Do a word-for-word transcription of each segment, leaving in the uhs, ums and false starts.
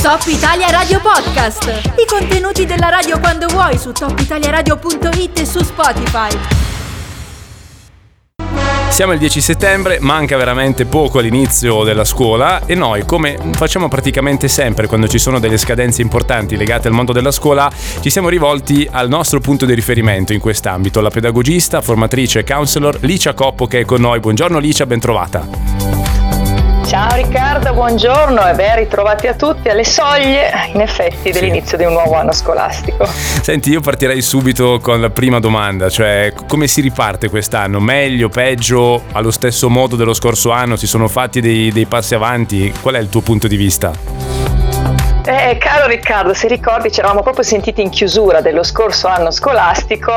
Top Italia Radio Podcast. I contenuti della radio quando vuoi su top italia radio punto it e su Spotify. Siamo il dieci settembre, manca veramente poco all'inizio della scuola e noi, come facciamo praticamente sempre quando ci sono delle scadenze importanti legate al mondo della scuola, ci siamo rivolti al nostro punto di riferimento in quest'ambito, la pedagogista, formatrice e counselor Licia Coppo, che è con noi. Buongiorno Licia, ben trovata. Ciao Riccardo, buongiorno e ben ritrovati a tutti alle soglie, in effetti, dell'inizio sì. di un nuovo anno scolastico. Senti, io partirei subito con la prima domanda, cioè come si riparte quest'anno? Meglio, peggio, allo stesso modo dello scorso anno? Si sono fatti dei, dei passi avanti? Qual è il tuo punto di vista? Eh, caro Riccardo, se ricordi ci eravamo proprio sentiti in chiusura dello scorso anno scolastico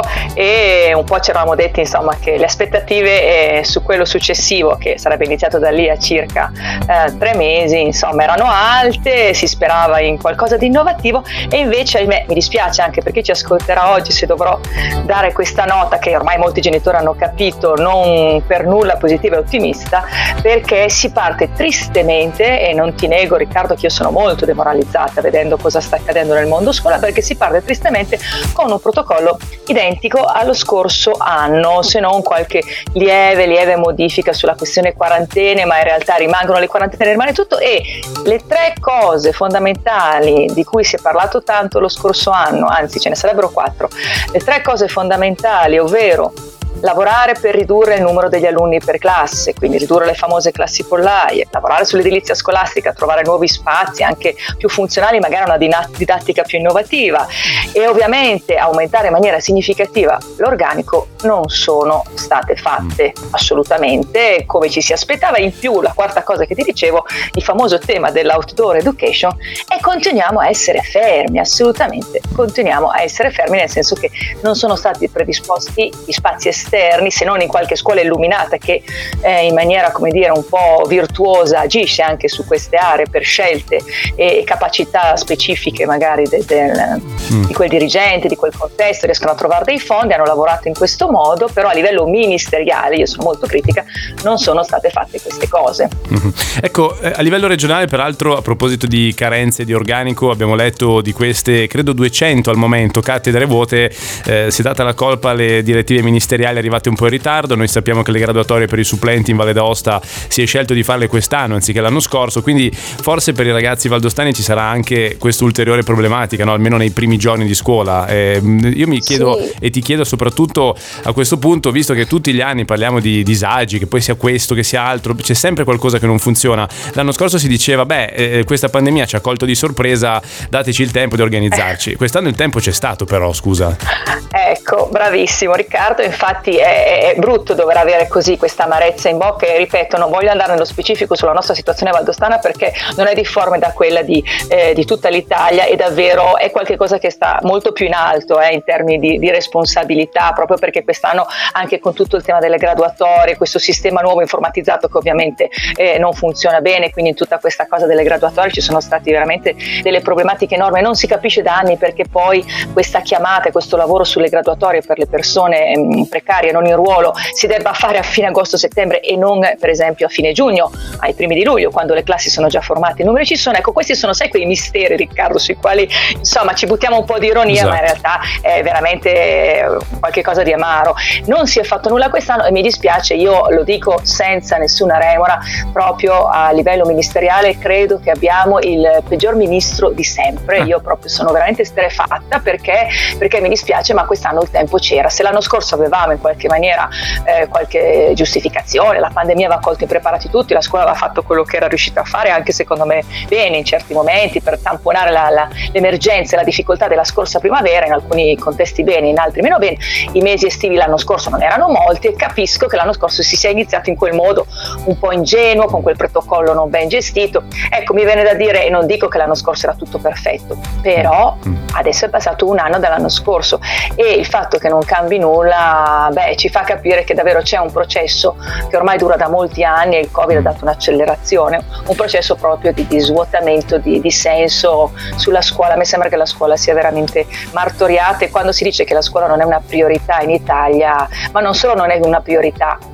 e un po' ci eravamo detti insomma che le aspettative eh, su quello successivo, che sarebbe iniziato da lì a circa eh, tre mesi, insomma erano alte, si sperava in qualcosa di innovativo e invece ahimè mi dispiace anche perché ci ascolterà oggi se dovrò dare questa nota che ormai molti genitori hanno capito non per nulla positiva e ottimista, perché si parte tristemente, e non ti nego Riccardo che io sono molto demoralizzata vedendo cosa sta accadendo nel mondo scuola, perché si parte tristemente con un protocollo identico allo scorso anno, se non qualche lieve lieve modifica sulla questione quarantene, ma in realtà rimangono le quarantene, rimane tutto. E le tre cose fondamentali di cui si è parlato tanto lo scorso anno, anzi ce ne sarebbero quattro, le tre cose fondamentali, ovvero lavorare per ridurre il numero degli alunni per classe, quindi ridurre le famose classi pollaie, lavorare sull'edilizia scolastica, trovare nuovi spazi anche più funzionali, magari una didattica più innovativa, e ovviamente aumentare in maniera significativa l'organico, non sono state fatte assolutamente come ci si aspettava. In più, la quarta cosa che ti dicevo, il famoso tema dell'outdoor education, e continuiamo a essere fermi, assolutamente continuiamo a essere fermi, nel senso che non sono stati predisposti gli spazi esterni esterni, se non in qualche scuola illuminata che eh, in maniera, come dire, un po' virtuosa agisce anche su queste aree per scelte e capacità specifiche magari de, de, mm. di quel dirigente, di quel contesto, riescono a trovare dei fondi, hanno lavorato in questo modo, però a livello ministeriale, io sono molto critica, non sono state fatte queste cose. Mm-hmm. Ecco, a livello regionale, peraltro, a proposito di carenze di organico, abbiamo letto di queste, credo duecento al momento, cattedre vuote, eh, si è data la colpa alle direttive ministeriali arrivate un po' in ritardo. Noi sappiamo che le graduatorie per i supplenti in Valle d'Aosta si è scelto di farle quest'anno anziché l'anno scorso, quindi forse per i ragazzi valdostani ci sarà anche questa ulteriore problematica, no? Almeno nei primi giorni di scuola. Eh, io mi chiedo sì. e ti chiedo soprattutto a questo punto, visto che tutti gli anni parliamo di disagi, che poi sia questo, che sia altro, c'è sempre qualcosa che non funziona. L'anno scorso si diceva, beh, eh, questa pandemia ci ha colto di sorpresa, dateci il tempo di organizzarci. Quest'anno il tempo c'è stato però, scusa. Ecco, bravissimo Riccardo, infatti È, è brutto dover avere così questa amarezza in bocca, e ripeto, non voglio andare nello specifico sulla nostra situazione valdostana perché non è difforme da quella di, eh, di tutta l'Italia, e davvero è qualcosa che sta molto più in alto eh, in termini di, di responsabilità, proprio perché quest'anno anche con tutto il tema delle graduatorie, questo sistema nuovo informatizzato che ovviamente eh, non funziona bene, quindi in tutta questa cosa delle graduatorie ci sono stati veramente delle problematiche enormi. Non si capisce da anni perché poi questa chiamata e questo lavoro sulle graduatorie per le persone ehm, precarie non in ruolo si debba fare a fine agosto-settembre e non per esempio a fine giugno, ai primi di luglio, quando le classi sono già formate, i numeri ci sono. Ecco, questi sono sai quei misteri Riccardo sui quali insomma ci buttiamo un po' di ironia, esatto. ma in realtà è veramente qualche cosa di amaro. Non si è fatto nulla quest'anno e mi dispiace, io lo dico senza nessuna remora, proprio a livello ministeriale credo che abbiamo il peggior ministro di sempre. Io proprio sono veramente esterrefatta perché, perché mi dispiace, ma quest'anno il tempo c'era. Se l'anno scorso avevamo in qualche maniera eh, qualche giustificazione, la pandemia aveva colto impreparati tutti, la scuola aveva fatto quello che era riuscita a fare, anche secondo me bene in certi momenti, per tamponare la, la, l'emergenza e la difficoltà della scorsa primavera, in alcuni contesti bene, in altri meno bene. I mesi estivi l'anno scorso non erano molti e capisco che l'anno scorso si sia iniziato in quel modo un po' ingenuo, con quel protocollo non ben gestito. Ecco, mi viene da dire, e non dico che l'anno scorso era tutto perfetto, però adesso è passato un anno dall'anno scorso e il fatto che non cambi nulla, beh, ci fa capire che davvero c'è un processo che ormai dura da molti anni, e il Covid ha dato un'accelerazione, un processo proprio di, di svuotamento di, di senso sulla scuola. A me sembra che la scuola sia veramente martoriata, e quando si dice che la scuola non è una priorità in Italia, ma non solo non è una priorità,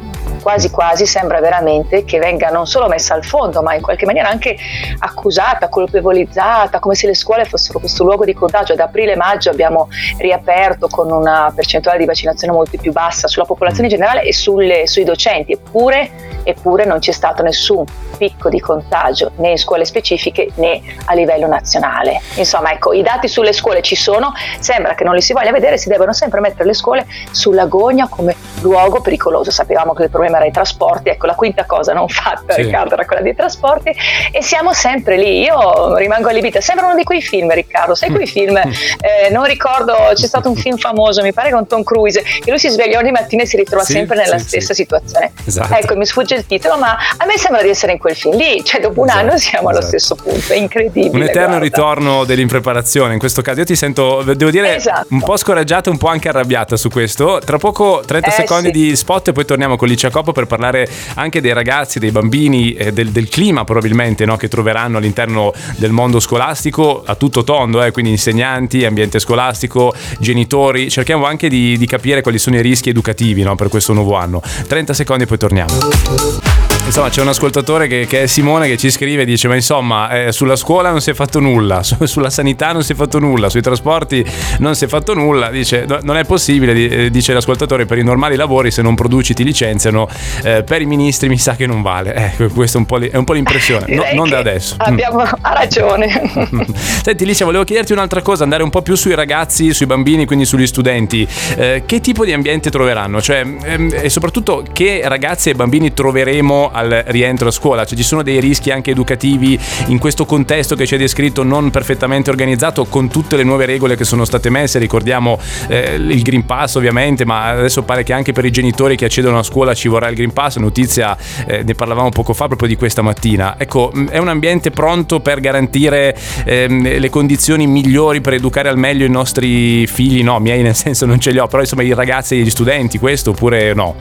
quasi quasi sembra veramente che venga non solo messa al fondo, ma in qualche maniera anche accusata, colpevolizzata, come se le scuole fossero questo luogo di contagio. Da aprile-maggio abbiamo riaperto con una percentuale di vaccinazione molto più bassa sulla popolazione in generale e sulle, sui docenti, eppure, eppure non c'è stato nessun picco di contagio né in scuole specifiche né a livello nazionale. Insomma, ecco, i dati sulle scuole ci sono, sembra che non li si voglia vedere, si devono sempre mettere le scuole sulla gogna come luogo pericoloso. Sapevamo che il problema era i trasporti, ecco, la quinta cosa non fatta, sì, Riccardo, era quella dei trasporti, e siamo sempre lì. Io rimango allibita, sembra uno di quei film, Riccardo, sai quei film, eh, non ricordo, c'è stato un film famoso, mi pare con Tom Cruise, che lui si sveglia ogni mattina e si ritrova sì, sempre nella sì, stessa sì. situazione. Esatto. Ecco, mi sfugge il titolo, ma a me sembra di essere in quel film lì, cioè dopo un esatto, anno siamo esatto. allo stesso punto, è incredibile. Un eterno guarda. ritorno dell'impreparazione, in questo caso io ti sento, devo dire, esatto. un po' scoraggiata, un po' anche arrabbiata su questo. Tra poco trenta eh, secondi sì. di spot e poi torniamo con Licia Coppo per parlare anche dei ragazzi, dei bambini, eh, del, del clima probabilmente, no, che troveranno all'interno del mondo scolastico a tutto tondo, eh, quindi insegnanti, ambiente scolastico, genitori. Cerchiamo anche di, di capire quali sono i rischi educativi, no, per questo nuovo anno. trenta secondi e poi torniamo. Insomma, c'è un ascoltatore che, che è Simone, che ci scrive e dice: ma insomma, eh, sulla scuola non si è fatto nulla, su, sulla sanità non si è fatto nulla, sui trasporti non si è fatto nulla. Dice: no, non è possibile, eh, dice l'ascoltatore, per i normali lavori se non produci ti licenziano, eh, per i ministri mi sa che non vale. Ecco, eh, questa è un po', li, è un po' l'impressione, no, non da adesso. Abbiamo mm. ha ragione. Senti Licia, volevo chiederti un'altra cosa, andare un po' più sui ragazzi, sui bambini, quindi sugli studenti. Eh, che tipo di ambiente troveranno? Cioè, ehm, e soprattutto che ragazzi e bambini troveremo al rientro a scuola? Cioè, ci sono dei rischi anche educativi in questo contesto che ci hai descritto, non perfettamente organizzato, con tutte le nuove regole che sono state messe? Ricordiamo eh, il Green Pass ovviamente, ma adesso pare che anche per i genitori che accedono a scuola ci vorrà il Green Pass. Notizia, eh, ne parlavamo poco fa, proprio di questa mattina. Ecco, è un ambiente pronto per garantire ehm, le condizioni migliori per educare al meglio i nostri figli? No, miei nel senso non ce li ho, però insomma i ragazzi e gli studenti, questo oppure no?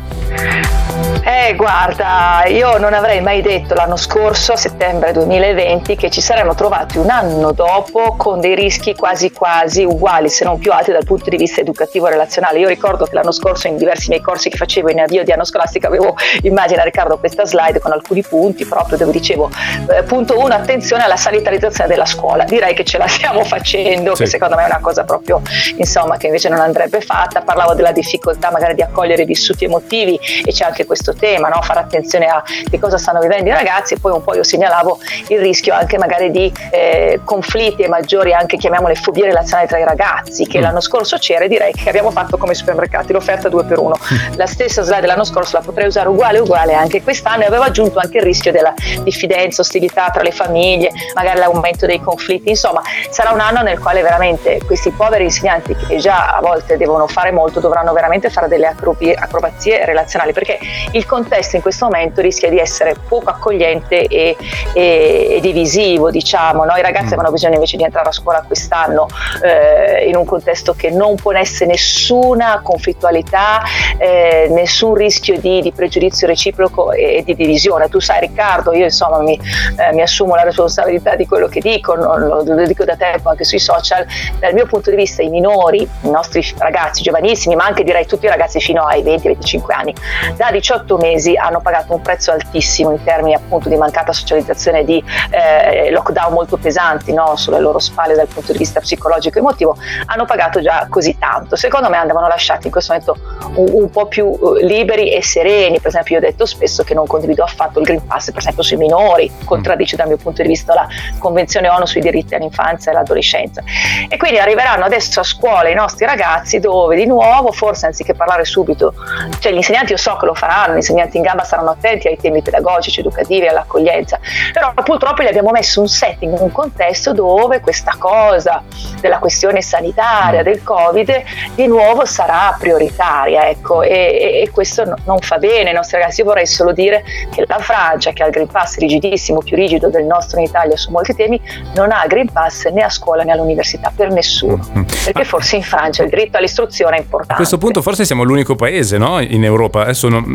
Eh, guarda, io non avrei mai detto l'anno scorso, a settembre duemilaventi, che ci saremmo trovati un anno dopo con dei rischi quasi quasi uguali, se non più alti dal punto di vista educativo e relazionale. Io ricordo che l'anno scorso in diversi miei corsi che facevo in avvio di anno scolastico avevo, immagina Riccardo, questa slide con alcuni punti proprio dove dicevo eh, punto uno, attenzione alla sanitarizzazione della scuola. Direi che ce la stiamo facendo, sì. che secondo me è una cosa proprio, insomma, che invece non andrebbe fatta. Parlavo della difficoltà magari di accogliere i vissuti emotivi, e c'è anche questo tema, no? Fare attenzione a che cosa stanno vivendo i ragazzi. E poi un po' io segnalavo il rischio anche magari di eh, conflitti e maggiori, anche chiamiamole fobie relazionali tra i ragazzi, che mm. l'anno scorso c'era, e direi che abbiamo fatto come i supermercati, l'offerta due per uno. Mm. La stessa slide dell'anno scorso la potrei usare uguale uguale anche quest'anno, e aveva aggiunto anche il rischio della diffidenza, ostilità tra le famiglie, magari l'aumento dei conflitti. Insomma, sarà un anno nel quale veramente questi poveri insegnanti, che già a volte devono fare molto, dovranno veramente fare delle acrobazie relazionali, perché il contesto in questo momento rischia di essere poco accogliente e, e, e divisivo, diciamo, no? I ragazzi mm. avevano bisogno invece di entrare a scuola quest'anno eh, in un contesto che non ponesse nessuna conflittualità, eh, nessun rischio di, di pregiudizio reciproco e, e di divisione. Tu sai, Riccardo, io insomma mi, eh, mi assumo la responsabilità di quello che dico, non, lo, lo dico da tempo anche sui social. Dal mio punto di vista i minori, i nostri ragazzi giovanissimi, ma anche direi tutti i ragazzi fino ai venti venticinque anni, da diciotto mesi hanno pagato un prezzo altissimo in termini appunto di mancata socializzazione, di eh, lockdown molto pesanti, no, sulle loro spalle dal punto di vista psicologico e emotivo. Hanno pagato già così tanto. Secondo me andavano lasciati in questo momento un, un po' più uh, liberi e sereni. Per esempio, io ho detto spesso che non condivido affatto il Green Pass, per esempio sui minori, contraddice dal mio punto di vista la Convenzione ONU sui diritti all'infanzia e all'adolescenza. E quindi arriveranno adesso a scuola i nostri ragazzi, dove di nuovo forse anziché parlare subito, cioè gli insegnanti io so che lo faranno, gli insegnanti in gamba saranno attenti ai temi pedagogici, educativi, all'accoglienza, però purtroppo gli abbiamo messo un setting, un contesto dove questa cosa della questione sanitaria, del Covid, di nuovo sarà prioritaria, ecco, e, e questo no, non fa bene ai nostri ragazzi. Io vorrei solo dire che la Francia, che ha il Green Pass rigidissimo, più rigido del nostro in Italia su molti temi, non ha Green Pass né a scuola né all'università per nessuno, mm-hmm. perché forse in Francia il diritto all'istruzione è importante. A questo punto forse siamo l'unico paese, no, in Europa, adesso non, devo controllare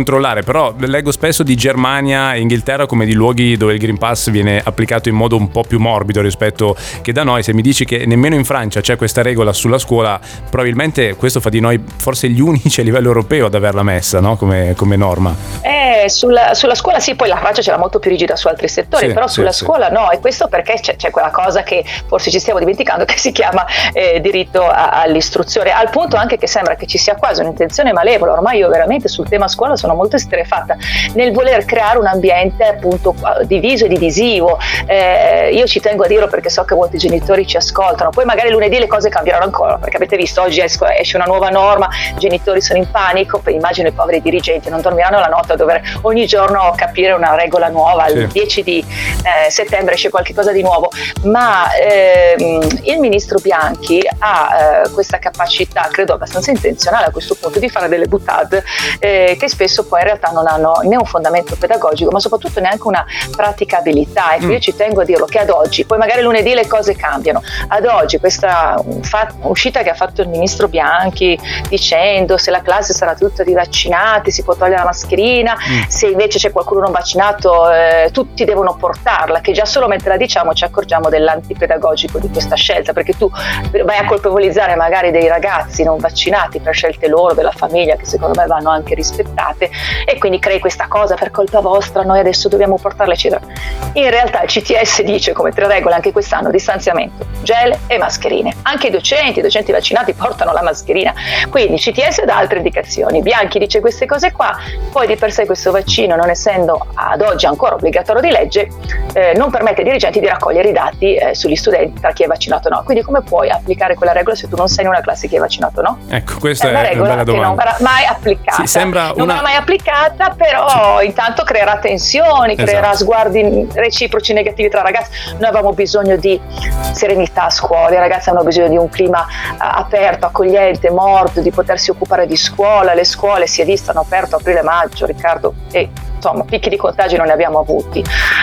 controllare, però leggo spesso di Germania e Inghilterra come di luoghi dove il Green Pass viene applicato in modo un po' più morbido rispetto che da noi. Se mi dici che nemmeno in Francia c'è questa regola sulla scuola, probabilmente questo fa di noi forse gli unici a livello europeo ad averla messa, no? come, come norma. Eh, sulla, sulla scuola sì, poi la Francia ce l'ha molto più rigida su altri settori, sì, però sulla sì, scuola sì. no, e questo perché c'è, c'è quella cosa che forse ci stiamo dimenticando, che si chiama eh, diritto a, all'istruzione, al punto anche che sembra che ci sia quasi un'intenzione malevola. Ormai io veramente sul tema scuola sono molto esterrefatta nel voler creare un ambiente appunto diviso e divisivo. Eh, io ci tengo a dirlo perché so che molti genitori ci ascoltano, poi magari lunedì le cose cambieranno ancora, perché avete visto oggi esce una nuova norma, i genitori sono in panico, poi immagino i poveri dirigenti non dormiranno la notte a dover ogni giorno capire una regola nuova. Sì. Il dieci di eh, settembre esce qualche cosa di nuovo, ma ehm, il ministro Bianchi ha eh, questa capacità, credo abbastanza intenzionale a questo punto, di fare delle boutade eh, che spesso poi in realtà non hanno né un fondamento pedagogico ma soprattutto neanche una praticabilità. Ecco, mm. io ci tengo a dirlo che ad oggi, poi magari lunedì le cose cambiano, ad oggi questa fa- uscita che ha fatto il ministro Bianchi dicendo se la classe sarà tutta di vaccinati si può togliere la mascherina, mm. se invece c'è qualcuno non vaccinato eh, tutti devono portarla, che già solo mentre la diciamo ci accorgiamo dell'antipedagogico di questa scelta, perché tu vai a colpevolizzare magari dei ragazzi non vaccinati per scelte loro, della famiglia, che secondo me vanno anche rispettate, e quindi crei questa cosa per colpa vostra, noi adesso dobbiamo portarla eccetera. In realtà il C T S dice come tre regole anche quest'anno: distanziamento, gel e mascherine. Anche i docenti, i docenti vaccinati portano la mascherina, quindi C T S dà altre indicazioni, Bianchi dice queste cose qua, poi di per sé questo vaccino, non essendo ad oggi ancora obbligatorio di legge, eh, non permette ai dirigenti di raccogliere i dati eh, sugli studenti tra chi è vaccinato o no. Quindi come puoi applicare quella regola se tu non sei in una classe chi è vaccinato o no? Ecco, questa è una una regola bella domanda. che non verrà mai applicata. Sì, sembra non una... verrà mai applicata, però sì. Intanto creerà tensioni, creerà esatto. sguardi reciproci negativi tra ragazzi. Noi avevamo bisogno di serenità a scuola, i ragazzi hanno bisogno di un clima uh, aperto, accogliente, morbido, di potersi occupare di scuola. Le scuole si è visto hanno aperto aprile-maggio, Riccardo, e insomma picchi di contagi non ne abbiamo avuti.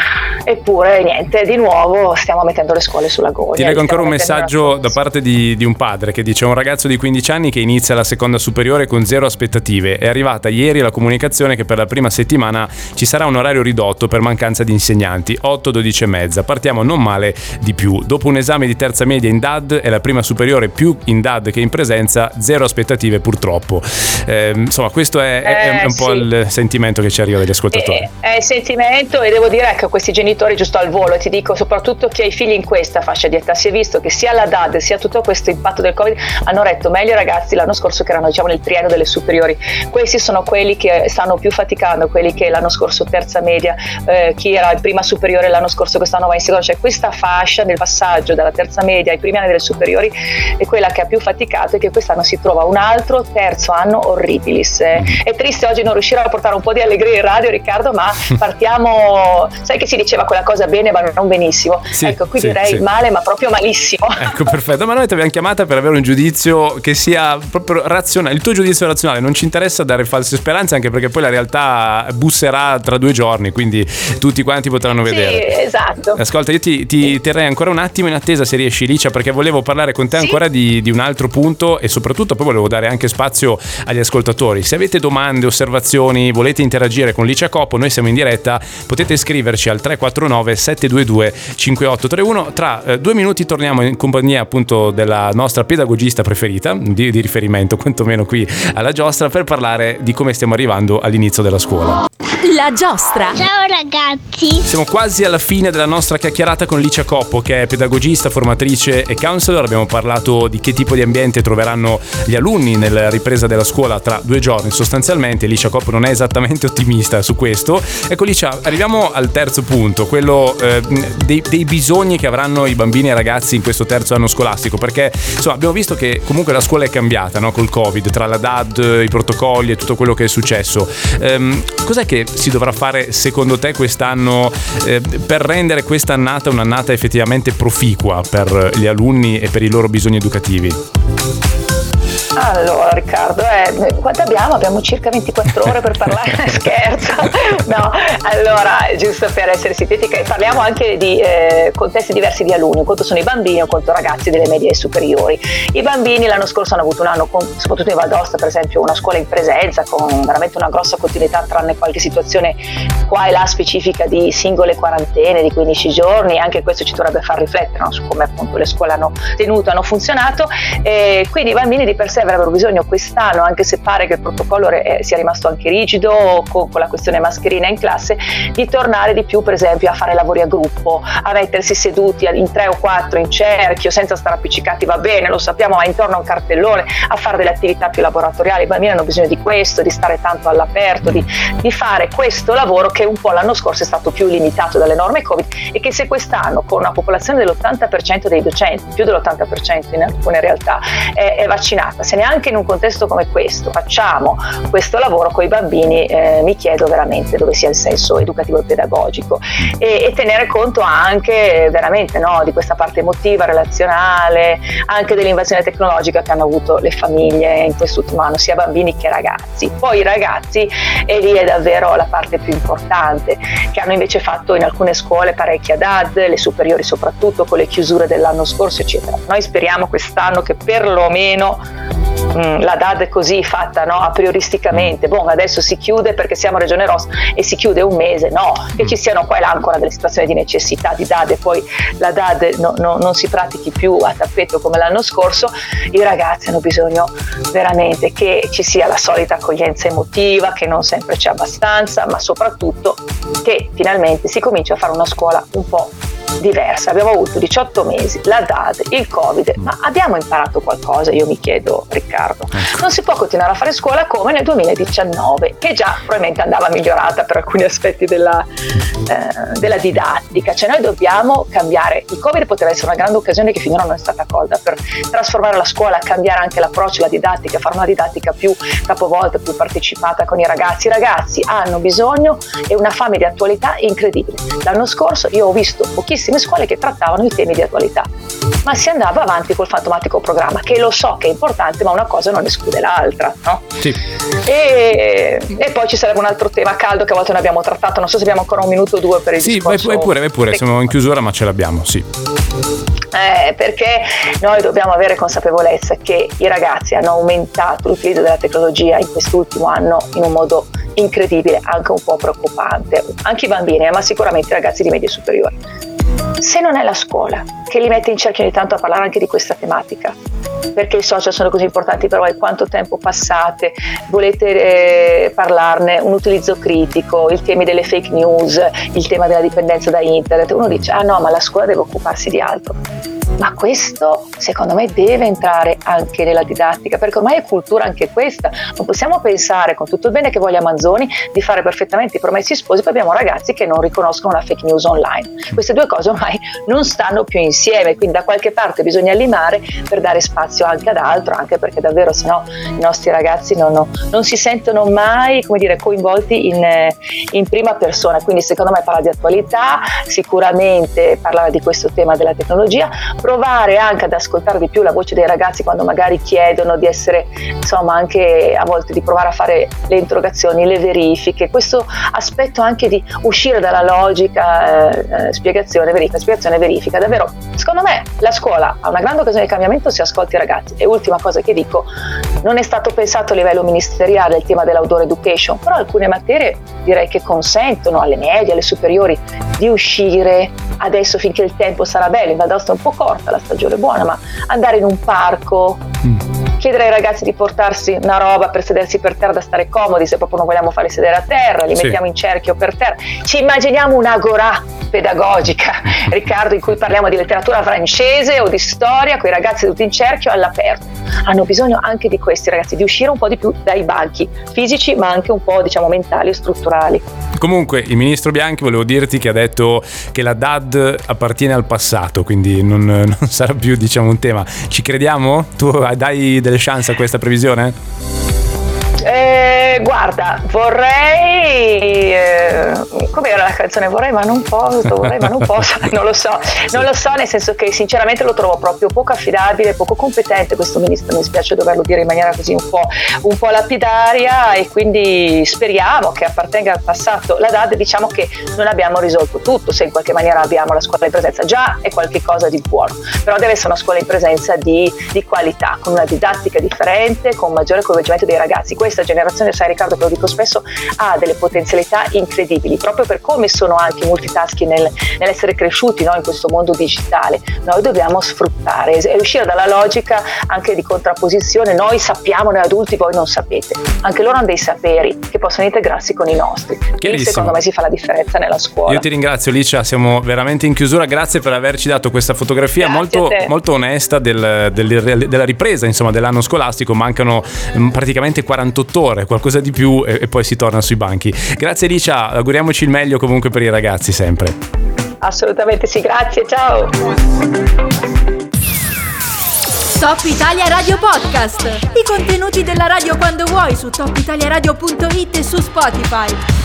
Eppure niente, di nuovo stiamo mettendo le scuole sulla gogna. Ti leggo ancora un messaggio da parte di, di un padre che dice: un ragazzo di quindici anni che inizia la seconda superiore con zero aspettative, è arrivata ieri la comunicazione che per la prima settimana ci sarà un orario ridotto per mancanza di insegnanti, otto dodici e mezza, partiamo non male di più, dopo un esame di terza media in D A D e la prima superiore più in D A D che in presenza, zero aspettative purtroppo. Eh, insomma questo è, è, è un eh, po' sì. il sentimento che ci arriva dagli ascoltatori. È, è il sentimento, e devo dire che questi genitori, giusto al volo, ti dico soprattutto chi ha i figli in questa fascia di età, si è visto che sia la D A D sia tutto questo impatto del Covid hanno retto meglio i ragazzi l'anno scorso che erano diciamo nel triennio delle superiori. Questi sono quelli che stanno più faticando, quelli che l'anno scorso terza media, eh, chi era in prima superiore l'anno scorso quest'anno va in seconda, cioè questa fascia nel passaggio dalla terza media ai primi anni delle superiori è quella che ha più faticato e che quest'anno si trova un altro terzo anno orribilis. Eh, è triste oggi non riuscire a portare un po' di allegria in radio, Riccardo, ma partiamo, sai che si diceva quella cosa bene ma non benissimo, sì, ecco qui sì, direi sì. male ma proprio malissimo. Ecco, perfetto, ma noi ti abbiamo chiamata per avere un giudizio che sia proprio razionale, il tuo giudizio razionale, non ci interessa dare false speranze anche perché poi la realtà busserà tra due giorni, quindi tutti quanti potranno vedere. Sì, esatto. Ascolta, io ti, ti terrei ancora un attimo in attesa se riesci, Licia, perché volevo parlare con te sì? ancora di, di un altro punto e soprattutto poi volevo dare anche spazio agli ascoltatori. Se avete domande, osservazioni, volete interagire con Licia Coppo, noi siamo in diretta, potete scriverci al tre quattro nove sette due due cinque otto tre uno. Tra eh, due minuti torniamo in compagnia appunto della nostra pedagogista preferita di, di riferimento quantomeno qui alla giostra, per parlare di come stiamo arrivando all'inizio della scuola. La giostra. Ciao ragazzi. Siamo quasi alla fine della nostra chiacchierata con Licia Coppo, che è pedagogista, formatrice e counselor. Abbiamo parlato di che tipo di ambiente troveranno gli alunni nella ripresa della scuola tra due giorni sostanzialmente. Licia Coppo non è esattamente ottimista su questo. Ecco Licia, arriviamo al terzo punto, quello eh, dei, dei bisogni che avranno i bambini e i ragazzi in questo terzo anno scolastico, perché insomma abbiamo visto che comunque la scuola è cambiata, no? Col Covid, tra la D A D, i protocolli e tutto quello che è successo. Ehm, cos'è che si dovrà fare secondo te quest'anno eh, per rendere questa annata un'annata effettivamente proficua per gli alunni e per i loro bisogni educativi? Allora Riccardo, eh, quanto abbiamo? Abbiamo circa ventiquattro ore per parlare, scherzo. No, allora, giusto per essere sintetica, parliamo anche di eh, contesti diversi di alunni, un conto sono i bambini, un conto ragazzi delle medie e superiori. I bambini l'anno scorso hanno avuto un anno, con, soprattutto in Val d'Aosta per esempio, una scuola in presenza con veramente una grossa continuità, tranne qualche situazione qua e là specifica di singole quarantene di quindici giorni. Anche questo ci dovrebbe far riflettere, no, su come appunto le scuole hanno tenuto, hanno funzionato, e quindi i bambini di per sé avrebbero bisogno quest'anno, anche se pare che il protocollo è, sia rimasto anche rigido con, con la questione mascherina in classe, di tornare di più per esempio a fare lavori a gruppo, a mettersi seduti in tre o quattro in cerchio senza stare appiccicati, va bene, lo sappiamo, ma intorno a un cartellone, a fare delle attività più laboratoriali. I bambini hanno bisogno di questo, di stare tanto all'aperto, di, di fare questo lavoro che un po' l'anno scorso è stato più limitato dalle norme Covid, e che se quest'anno con una popolazione dell'ottanta per cento dei docenti, più dell'ottanta per cento in alcune realtà, è, è vaccinata, se neanche in un contesto come questo facciamo questo lavoro con i bambini, eh, mi chiedo veramente dove sia il senso educativo e pedagogico, e, e tenere conto anche veramente, no, di questa parte emotiva, relazionale, anche dell'invasione tecnologica che hanno avuto le famiglie in quest'ultimo anno, sia bambini che ragazzi. Poi i ragazzi, e lì è davvero la parte più importante, che hanno invece fatto in alcune scuole parecchia D A D, le superiori soprattutto con le chiusure dell'anno scorso eccetera. Noi speriamo quest'anno che perlomeno mh, la D A D è così fatta, no, a prioristicamente, boh, adesso si chiude perché siamo Regione Rossa e si chiude un mese, no, che ci siano qua e là ancora delle situazioni di necessità di D A D e poi la D A D no, no, non si pratichi più a tappeto come l'anno scorso. I ragazzi hanno bisogno veramente che ci sia la solita accoglienza emotiva, che non sempre c'è abbastanza, ma soprattutto che finalmente si cominci a fare una scuola un po' diversa. Abbiamo avuto diciotto mesi, la D A D, il Covid, ma abbiamo imparato qualcosa? Io mi chiedo, Riccardo. Non si può continuare a fare scuola come nel duemiladiciannove, che già probabilmente andava migliorata per alcuni aspetti della, eh, della didattica. Cioè noi dobbiamo cambiare. Il Covid poteva essere una grande occasione che finora non è stata colta per trasformare la scuola, cambiare anche l'approccio, la didattica, fare una didattica più capovolta, più partecipata con i ragazzi. I ragazzi hanno bisogno e una fame di attualità incredibile. L'anno scorso io ho visto pochissime scuole che trattavano i temi di attualità, ma si andava avanti col fantomatico programma, che lo so che è importante, ma una cosa non esclude l'altra, no? Sì. E, e poi ci sarebbe un altro tema caldo che a volte non abbiamo trattato, non so se abbiamo ancora un minuto o due per il sì, discorso. Sì, vai pure, vai pure, siamo in chiusura ma ce l'abbiamo, sì. Eh, perché noi dobbiamo avere consapevolezza che i ragazzi hanno aumentato l'utilizzo della tecnologia in quest'ultimo anno in un modo incredibile, anche un po' preoccupante, anche i bambini, ma sicuramente i ragazzi di medie superiori. Se non è la scuola che li mette in cerchio ogni tanto a parlare anche di questa tematica, perché i social sono così importanti per voi, quanto tempo passate, volete eh, parlarne, un utilizzo critico, il tema delle fake news, il tema della dipendenza da internet, uno dice ah no, ma la scuola deve occuparsi di altro. Ma questo secondo me deve entrare anche nella didattica, perché ormai è cultura anche questa. Non possiamo pensare, con tutto il bene che voglia Manzoni, di fare perfettamente i promessi sposi, poi abbiamo ragazzi che non riconoscono la fake news online. Queste due cose ormai non stanno più insieme, quindi da qualche parte bisogna limare per dare spazio anche ad altro, anche perché davvero sennò i nostri ragazzi non, non, non si sentono mai, come dire, coinvolti in, in prima persona. Quindi secondo me parlare di attualità, sicuramente parlare di questo tema della tecnologia, provare anche ad ascoltare di più la voce dei ragazzi quando magari chiedono di essere, insomma, anche a volte di provare a fare le interrogazioni, le verifiche, questo aspetto anche di uscire dalla logica eh, spiegazione, verifica, spiegazione, verifica. Davvero, secondo me la scuola ha una grande occasione di cambiamento se ascolti i ragazzi. E ultima cosa che dico, non è stato pensato a livello ministeriale il tema dell'outdoor education, però alcune materie direi che consentono alle medie, alle superiori di uscire adesso finché il tempo sarà bello. In Val d'Aosta è un po' corta la stagione buona, ma andare in un parco, mm. chiedere ai ragazzi di portarsi una roba per sedersi per terra da stare comodi, se proprio non vogliamo farli sedere a terra, li sì. mettiamo in cerchio per terra, ci immaginiamo un'agorà pedagogica, Riccardo, in cui parliamo di letteratura francese o di storia con i ragazzi tutti in cerchio all'aperto. Hanno bisogno anche di questi ragazzi, di uscire un po' di più dai banchi fisici, ma anche un po', diciamo, mentali e strutturali. Comunque il ministro Bianchi, volevo dirti che ha detto che la D A D appartiene al passato, quindi non, non sarà più, diciamo, un tema. Ci crediamo? Tu dai delle chance a questa previsione? Eh, Eh, guarda, vorrei, eh, come era la canzone? Vorrei ma non posso, vorrei ma non posso, non lo so, non lo so, nel senso che sinceramente lo trovo proprio poco affidabile, poco competente questo ministro, mi spiace doverlo dire in maniera così un po', un po' lapidaria, e quindi speriamo che appartenga al passato. La D A D, diciamo che non abbiamo risolto tutto, se in qualche maniera abbiamo la scuola in presenza, già è qualche cosa di buono, però deve essere una scuola in presenza di, di qualità, con una didattica differente, con maggiore coinvolgimento dei ragazzi. Questa generazione, sai Riccardo, che lo dico spesso, ha delle potenzialità incredibili, proprio per come sono anche multitasking nel, nell'essere cresciuti, no, in questo mondo digitale. Noi dobbiamo sfruttare e uscire dalla logica anche di contrapposizione, noi sappiamo, noi adulti, voi non sapete. Anche loro hanno dei saperi che possono integrarsi con i nostri. E secondo me si fa la differenza nella scuola. Io ti ringrazio Licia, siamo veramente in chiusura, grazie per averci dato questa fotografia molto, molto onesta del, del, della ripresa, insomma, dell'anno scolastico. Mancano mh, praticamente quarantotto ore, qualcosa di più, e, e poi si torna sui banchi. Grazie Licia, auguriamoci il meglio comunque per i ragazzi sempre. Assolutamente sì, grazie, ciao. Top Italia Radio Podcast. I contenuti della radio quando vuoi su top italia radio punto it e su Spotify.